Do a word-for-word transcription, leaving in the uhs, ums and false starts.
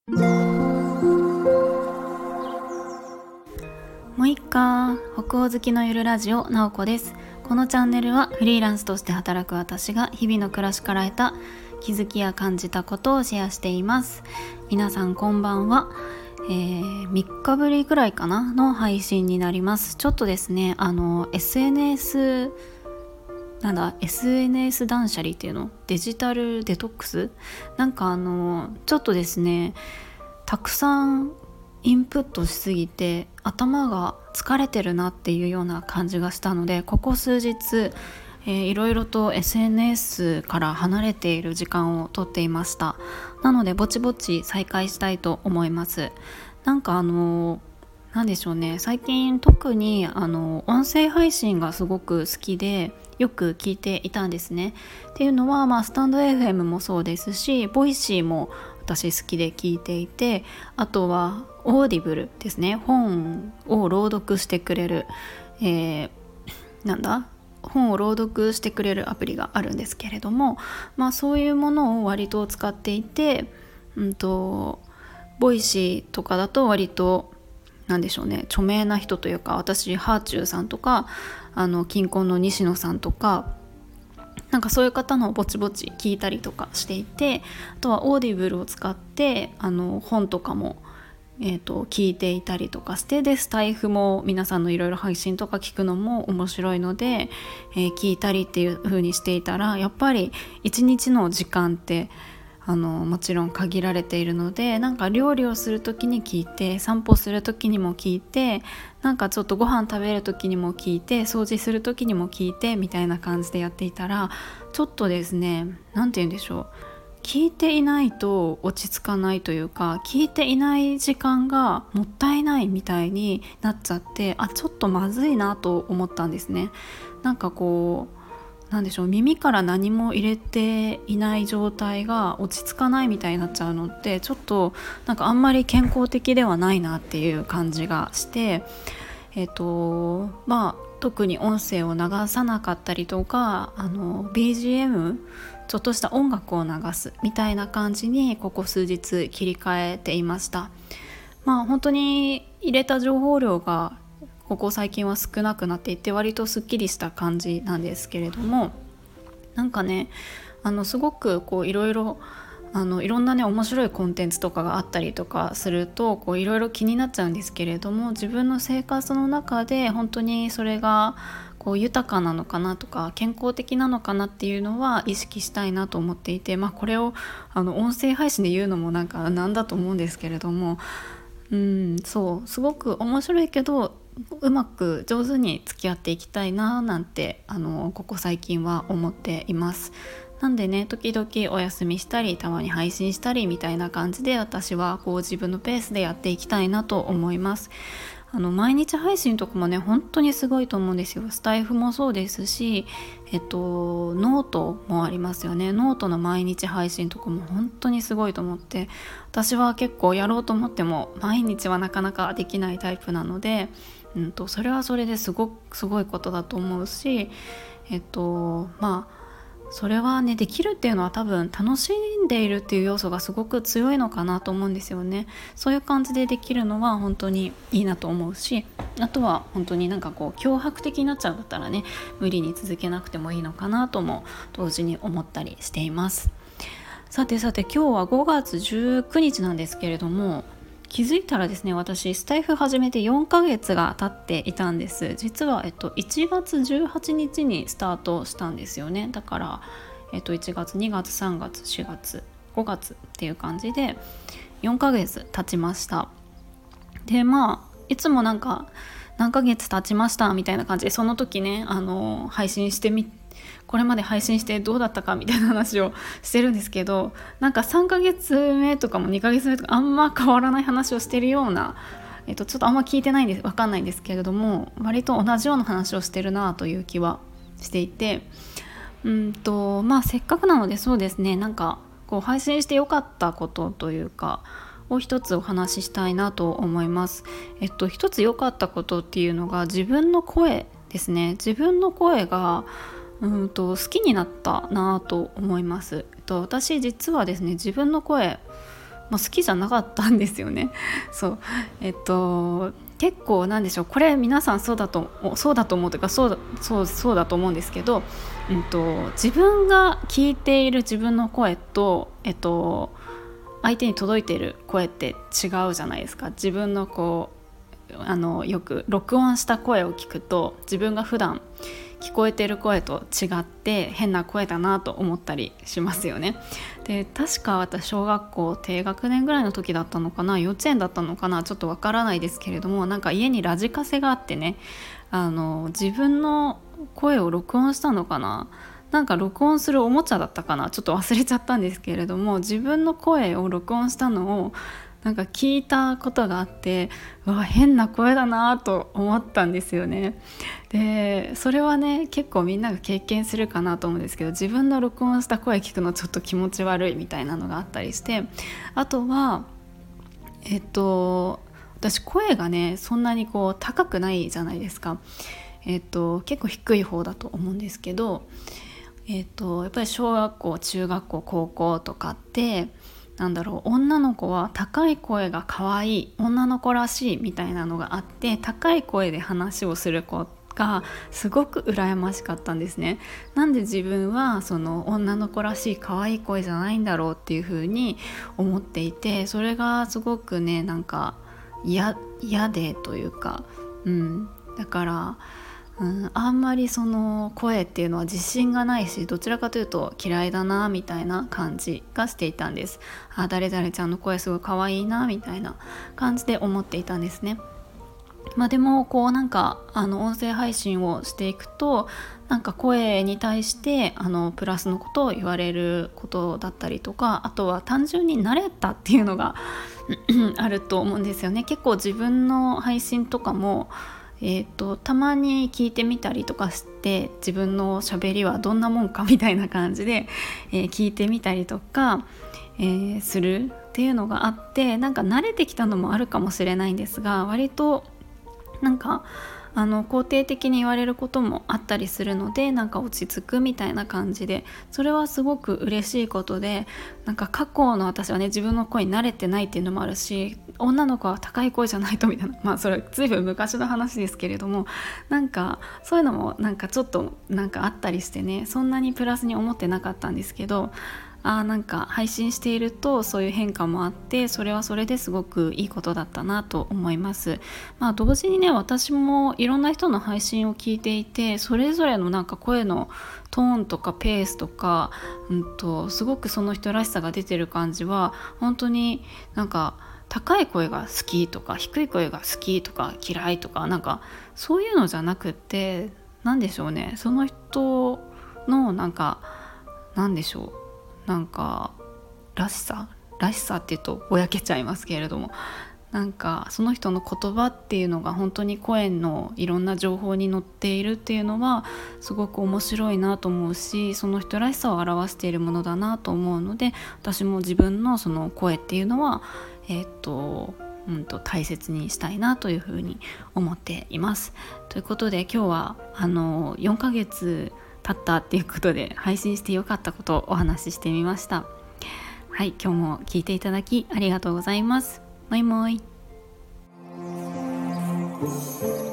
もういっか北欧好きのゆるラジオ、なおこです。このチャンネルはフリーランスとして働く私が日々の暮らしから得た気づきや感じたことをシェアしています。皆さんこんばんは。えー、みっかぶりくらいかなの配信になります。ちょっとですねあの エスエヌエス なんだ エスエヌエス 断捨離っていうの、デジタルデトックス、なんかあのちょっとですねたくさんインプットしすぎて頭が疲れてるなっていうような感じがしたので、ここ数日、えー、いろいろと エスエヌエス から離れている時間をとっていました。なのでぼちぼち再開したいと思います。なんかあのなんでしょうね、最近特にあの音声配信がすごく好きでよく聞いていたんですね。っていうのは、まあ、スタンド エフエム もそうですし、ボイシーも私好きで聞いていて、あとはオーディブルですね、本を朗読してくれる、えー、なんだ本を朗読してくれるアプリがあるんですけれども、まあ、そういうものを割と使っていて、うんとボイシーとかだと割となんでしょうね、著名な人というか、私ハーチューさんとかあの近婚の西野さんとか、なんかそういう方のぼちぼち聞いたりとかしていて、あとはオーディブルを使ってあの本とかも、えーと、聞いていたりとかして、でスタイフも皆さんのいろいろ配信とか聞くのも面白いので、えー、聞いたりっていう風にしていたら、やっぱり一日の時間ってあのもちろん限られているので、なんか料理をする時に聞いて、散歩する時にも聞いて、なんかちょっとご飯食べる時にも聞いて、掃除する時にも聞いてみたいな感じでやっていたら、ちょっとですね、なんて言うんでしょう、聞いていないと落ち着かないというか、聞いていない時間がもったいないみたいになっちゃって、あ、ちょっとまずいなと思ったんですね。なんかこうなんでしょう、耳から何も入れていない状態が落ち着かないみたいになっちゃうのって、ちょっとなんかあんまり健康的ではないなっていう感じがして、えっとまあ特に音声を流さなかったりとか、あの ビージーエム ちょっとした音楽を流すみたいな感じにここ数日切り替えていました。まあ本当に入れた情報量がここ最近は少なくなっていて、割とすっきりした感じなんですけれども、なんかねあのすごくこういろいろあのいろんなね面白いコンテンツとかがあったりとかすると、こういろいろ気になっちゃうんですけれども、自分の生活の中で本当にそれがこう豊かなのかなとか健康的なのかなっていうのは意識したいなと思っていて、まあこれをあの音声配信で言うのもなんかなんだと思うんですけれども、うんそうすごく面白いけど、うまく上手に付き合っていきたいななんてあのここ最近は思っています。なんでね、時々お休みしたりたまに配信したりみたいな感じで、私はこう自分のペースでやっていきたいなと思います。あの毎日配信とかもね本当にすごいと思うんですよ。スタイフもそうですし、えっとノートもありますよね。ノートの毎日配信とかも本当にすごいと思って、私は結構やろうと思っても毎日はなかなかできないタイプなので、うんとそれはそれですごくすごいことだと思うし、えっとまあそれはねできるっていうのは多分楽しんでいるっていう要素がすごく強いのかなと思うんですよね。そういう感じでできるのは本当にいいなと思うし、あとは本当になんかこう脅迫的になっちゃうんだったらね、無理に続けなくてもいいのかなとも同時に思ったりしています。さてさて、今日はごがつじゅうくにちなんですけれども、気づいたらですね、私スタイフ始めてよんかげつが経っていたんです。実は、えっと、いちがつじゅうはちにちにスタートしたんですよね。だから、えっと、いちがつにがつさんがつしがつごがつっていう感じでよんかげつ経ちました。でまあいつもなんか何ヶ月経ちましたみたいな感じで、その時ねあの配信してみこれまで配信してどうだったかみたいな話をしてるんですけど、なんかさんかげつめとかもにかげつめとかあんま変わらない話をしてるような、えっと、ちょっとあんま聞いてないんです、わかんないんですけれども、割と同じような話をしてるなという気はしていて、うんとまあせっかくなのでそうですね、なんかこう配信してよかったことというかを一つお話ししたいなと思います。えっと一つ良かったことっていうのが自分の声ですね。自分の声がうんと好きになったなと思います。えっと私実はですね、自分の声まあ、好きじゃなかったんですよね。そうえっと結構なんでしょう、これ皆さんそうだとそうだと思うというかそうだ、そうそうだと思うんですけど、うんと、自分が聞いている自分の声と、えっと、相手に届いている声って違うじゃないですか。自分のこうあのよく録音した声を聞くと自分が普段聞こえている声と違って変な声だなと思ったりしますよね。で確か私小学校低学年ぐらいの時だったのかな、幼稚園だったのかな、ちょっとわからないですけれども、なんか家にラジカセがあってね、あの自分の声を録音したのかな、なんか録音するおもちゃだったかな、ちょっと忘れちゃったんですけれども、自分の声を録音したのをなんか聞いたことがあって、うわ変な声だなと思ったんですよね。でそれはね結構みんなが経験するかなと思うんですけど、自分の録音した声聞くのちょっと気持ち悪いみたいなのがあったりして、あとはえっと私声がねそんなにこう高くないじゃないですか。えっと結構低い方だと思うんですけど、えっとやっぱり小学校中学校高校とかってなんだろう、女の子は高い声が可愛い、女の子らしいみたいなのがあって、高い声で話をする子がすごく羨ましかったんですね。なんで自分はその女の子らしい可愛い声じゃないんだろうっていう風に思っていて、それがすごくねなんか嫌でというか、うん、だからうん、あんまりその声っていうのは自信がないし、どちらかというと嫌いだなみたいな感じがしていたんです。あ、誰々ちゃんの声すごい可愛いなみたいな感じで思っていたんですね。まあ、でもこうなんかあの音声配信をしていくと、なんか声に対してあのプラスのことを言われることだったりとか、あとは単純に慣れたっていうのがあると思うんですよね。結構自分の配信とかもえー、とたまに聞いてみたりとかして、自分の喋りはどんなもんかみたいな感じで、えー、聞いてみたりとか、えー、するっていうのがあって、なんか慣れてきたのもあるかもしれないんですが、割となんかあの肯定的に言われることもあったりするので、なんか落ち着くみたいな感じで、それはすごく嬉しいことで、なんか過去の私はね自分の声に慣れてないっていうのもあるし、女の子は高い声じゃないとみたいな、まあそれずいぶん昔の話ですけれども、なんかそういうのもなんかちょっとなんかあったりしてね、そんなにプラスに思ってなかったんですけど、あなんか配信しているとそういう変化もあって、それはそれですごくいいことだったなと思います。まあ同時にね、私もいろんな人の配信を聞いていて、それぞれのなんか声のトーンとかペースとか、うんとすごくその人らしさが出てる感じは本当になんか高い声が好きとか低い声が好きとか嫌いとか、なんかそういうのじゃなくって、なんでしょうね、その人のなんかなんでしょうなんからしさらしさっていうとぼやけちゃいますけれども、なんかその人の言葉っていうのが本当に声のいろんな情報に載っているっていうのはすごく面白いなと思うし、その人らしさを表しているものだなと思うので、私も自分のその声っていうのはえーっとうんと大切にしたいなというふうに思っています。ということで今日はあのよんかげつ経ったっていうことで、配信してよかったことをお話ししてみました。はい、今日も聞いていただきありがとうございます。もいもい。